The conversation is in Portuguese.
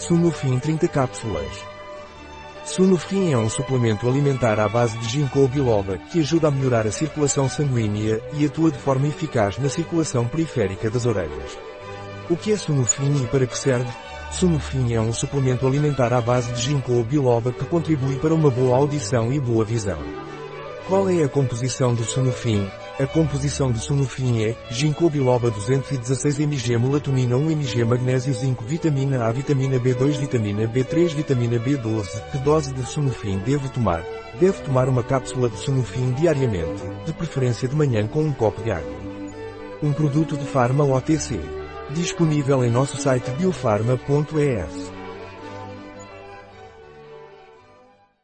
Sunufin 30 cápsulas. Sunufin é um suplemento alimentar à base de ginkgo biloba que ajuda a melhorar a circulação sanguínea e atua de forma eficaz na circulação periférica das orelhas. O que é Sunufin e para que serve? Sunufin é um suplemento alimentar à base de ginkgo biloba que contribui para uma boa audição e boa visão. Qual é a composição do Sunufin? A composição do Sunufin é ginkgo biloba 216 mg melatonina 1 mg magnésio zinco vitamina A vitamina B2 vitamina B3 vitamina B12. Que dose de Sunufin devo tomar? Deve tomar uma cápsula de Sunufin diariamente, de preferência de manhã com um copo de água. Um produto de Pharma OTC. Disponível em nosso site biofarma.es.